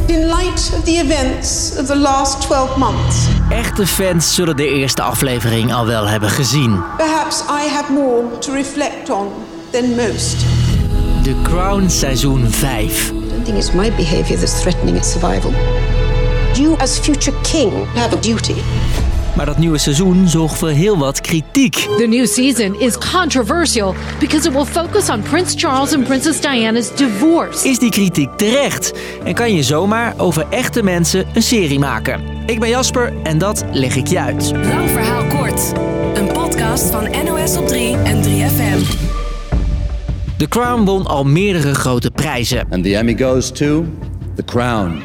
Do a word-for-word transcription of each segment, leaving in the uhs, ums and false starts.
In light of the events of the last twelve months. Echte fans zullen de eerste aflevering al wel hebben gezien. Perhaps I have more to reflect on than most. The Crown seizoen vijf. I don't think it's my behavior that's threatening its survival. You as future king have a duty. Maar dat nieuwe seizoen zorgt voor heel wat kritiek. The new season is controversial because it will focus on Prince Charles and Princess Diana's divorce. Is die kritiek terecht? En kan je zomaar over echte mensen een serie maken? Ik ben Jasper en dat leg ik je uit. Lang verhaal kort. Een podcast van N O S op drie en drie F M. The Crown won al meerdere grote prijzen. And the Emmy goes to The Crown.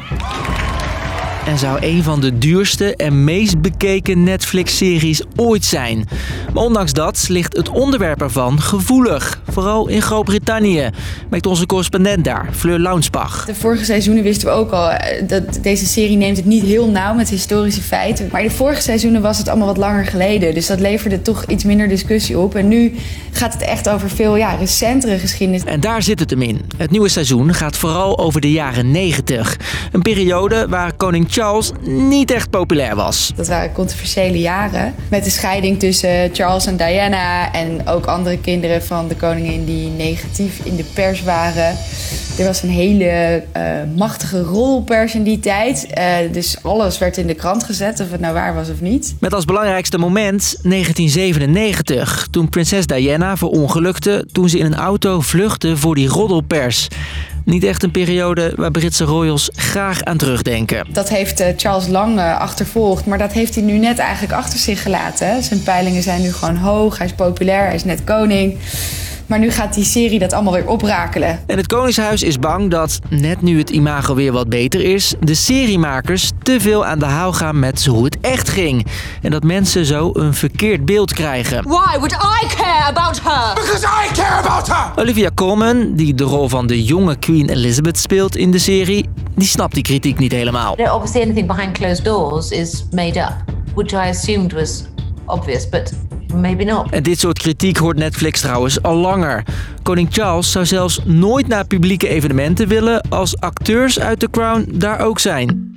En zou een van de duurste en meest bekeken Netflix-series ooit zijn. Maar ondanks dat ligt het onderwerp ervan gevoelig. Vooral in Groot-Brittannië, merkt onze correspondent daar, Fleur Launsbach. De vorige seizoenen wisten we ook al dat deze serie neemt het niet heel nauw met historische feiten. Maar in de vorige seizoenen was het allemaal wat langer geleden. Dus dat leverde toch iets minder discussie op. En nu gaat het echt over veel ja, recentere geschiedenis. En daar zit het hem in. Het nieuwe seizoen gaat vooral over de jaren negentig. Een periode waar koning Charles niet echt populair was. Dat waren controversiële jaren. Met de scheiding tussen Charles en Diana en ook andere kinderen van de koningin die negatief in de pers waren. Er was een hele uh, machtige roddelpers in die tijd. Uh, dus alles werd in de krant gezet, of het nou waar was of niet. Met als belangrijkste moment negentien zevenennegentig. Toen prinses Diana verongelukte toen ze in een auto vluchtte voor die roddelpers. Niet echt een periode waar Britse royals graag aan terugdenken. Dat heeft uh, Charles lang uh, achtervolgd, maar dat heeft hij nu net eigenlijk achter zich gelaten. Hè. Zijn peilingen zijn nu gewoon hoog, hij is populair, hij is net koning. Maar nu gaat die serie dat allemaal weer oprakelen. En het Koningshuis is bang dat, net nu het imago weer wat beter is, de seriemakers te veel aan de haal gaan met hoe het echt ging. En dat mensen zo een verkeerd beeld krijgen. Why would I care about her? Because I care about her! Olivia Colman, die de rol van de jonge Queen Elizabeth speelt in de serie, die snapt die kritiek niet helemaal. You know, obviously anything behind closed doors is made up, which I assumed was obvious, but maybe not. En dit soort kritiek hoort Netflix trouwens al langer. Koning Charles zou zelfs nooit naar publieke evenementen willen als acteurs uit The Crown daar ook zijn.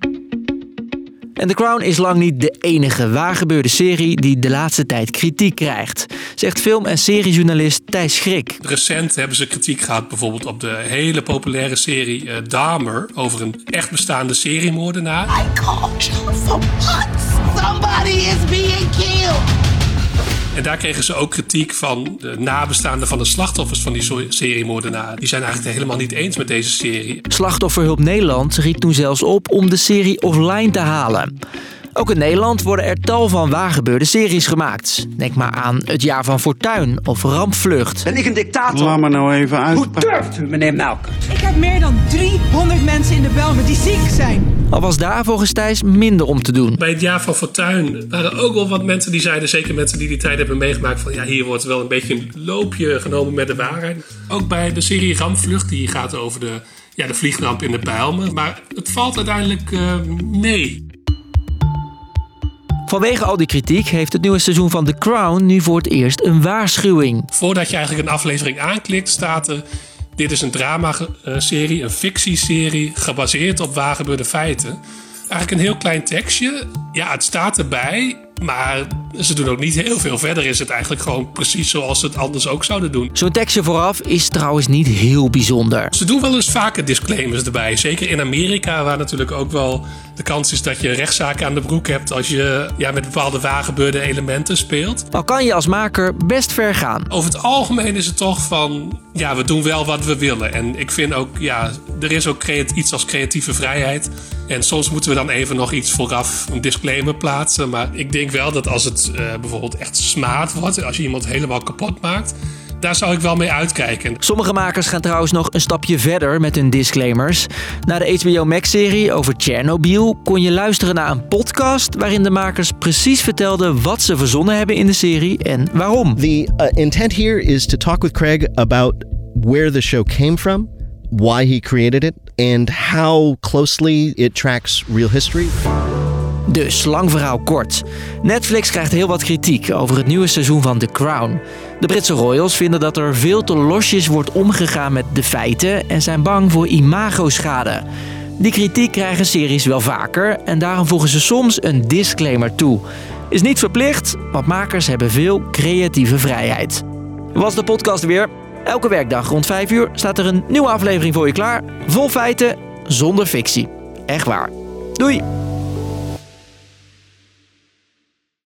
En The Crown is lang niet de enige waargebeurde serie die de laatste tijd kritiek krijgt, zegt film- en seriejournalist Thijs Schrik. Recent hebben ze kritiek gehad bijvoorbeeld op de hele populaire serie uh, Dahmer over een echt bestaande seriemoordenaar. I called you for what? Somebody is being killed! En daar kregen ze ook kritiek van de nabestaanden van de slachtoffers van die seriemoordenaar. Die zijn eigenlijk helemaal niet eens met deze serie. Slachtofferhulp Nederland riep toen zelfs op om de serie offline te halen. Ook in Nederland worden er tal van waargebeurde series gemaakt. Denk maar aan Het Jaar van Fortuin of Rampvlucht. Ben ik een dictator? Laat me nou even uit. Hoe durft u, meneer Melkert? Ik heb meer dan driehonderd mensen in de Bijlmer die ziek zijn. Al was daar volgens Thijs minder om te doen. Bij Het Jaar van Fortuin waren ook wel wat mensen die zeiden, zeker mensen die die tijd hebben meegemaakt, van ja, hier wordt wel een beetje een loopje genomen met de waarheid. Ook bij de serie Rampvlucht, die gaat over de, ja, de vliegramp in de Bijlmer. Maar het valt uiteindelijk uh, mee. Vanwege al die kritiek heeft het nieuwe seizoen van The Crown nu voor het eerst een waarschuwing. Voordat je eigenlijk een aflevering aanklikt, staat er: dit is een drama-serie, een fictieserie, gebaseerd op waargebeurde feiten. Eigenlijk een heel klein tekstje. Ja, het staat erbij, maar ze doen ook niet heel veel. Verder is het eigenlijk gewoon precies zoals ze het anders ook zouden doen. Zo'n tekstje vooraf is trouwens niet heel bijzonder. Ze doen wel eens vaker disclaimers erbij. Zeker in Amerika, waar natuurlijk ook wel de kans is dat je rechtszaken aan de broek hebt als je ja, met bepaalde waargebeurde elementen speelt. Al kan je als maker best ver gaan. Over het algemeen is het toch van, ja, we doen wel wat we willen. En ik vind ook, ja, er is ook creat- iets als creatieve vrijheid. En soms moeten we dan even nog iets vooraf, een disclaimer plaatsen. Maar ik denk wel dat als het uh, bijvoorbeeld echt smaad wordt, als je iemand helemaal kapot maakt, daar zou ik wel mee uitkijken. Sommige makers gaan trouwens nog een stapje verder met hun disclaimers. Na de H B O Max-serie over Chernobyl kon je luisteren naar een podcast waarin de makers precies vertelden wat ze verzonnen hebben in de serie en waarom. The uh, intent here is to talk with Craig about where the show came from, why he created it, and how closely it tracks real history. Dus, lang verhaal kort. Netflix krijgt heel wat kritiek over het nieuwe seizoen van The Crown. De Britse royals vinden dat er veel te losjes wordt omgegaan met de feiten en zijn bang voor imagoschade. Die kritiek krijgen series wel vaker en daarom voegen ze soms een disclaimer toe. Is niet verplicht, want makers hebben veel creatieve vrijheid. Was de podcast weer. Elke werkdag rond vijf uur staat er een nieuwe aflevering voor je klaar. Vol feiten, zonder fictie. Echt waar. Doei!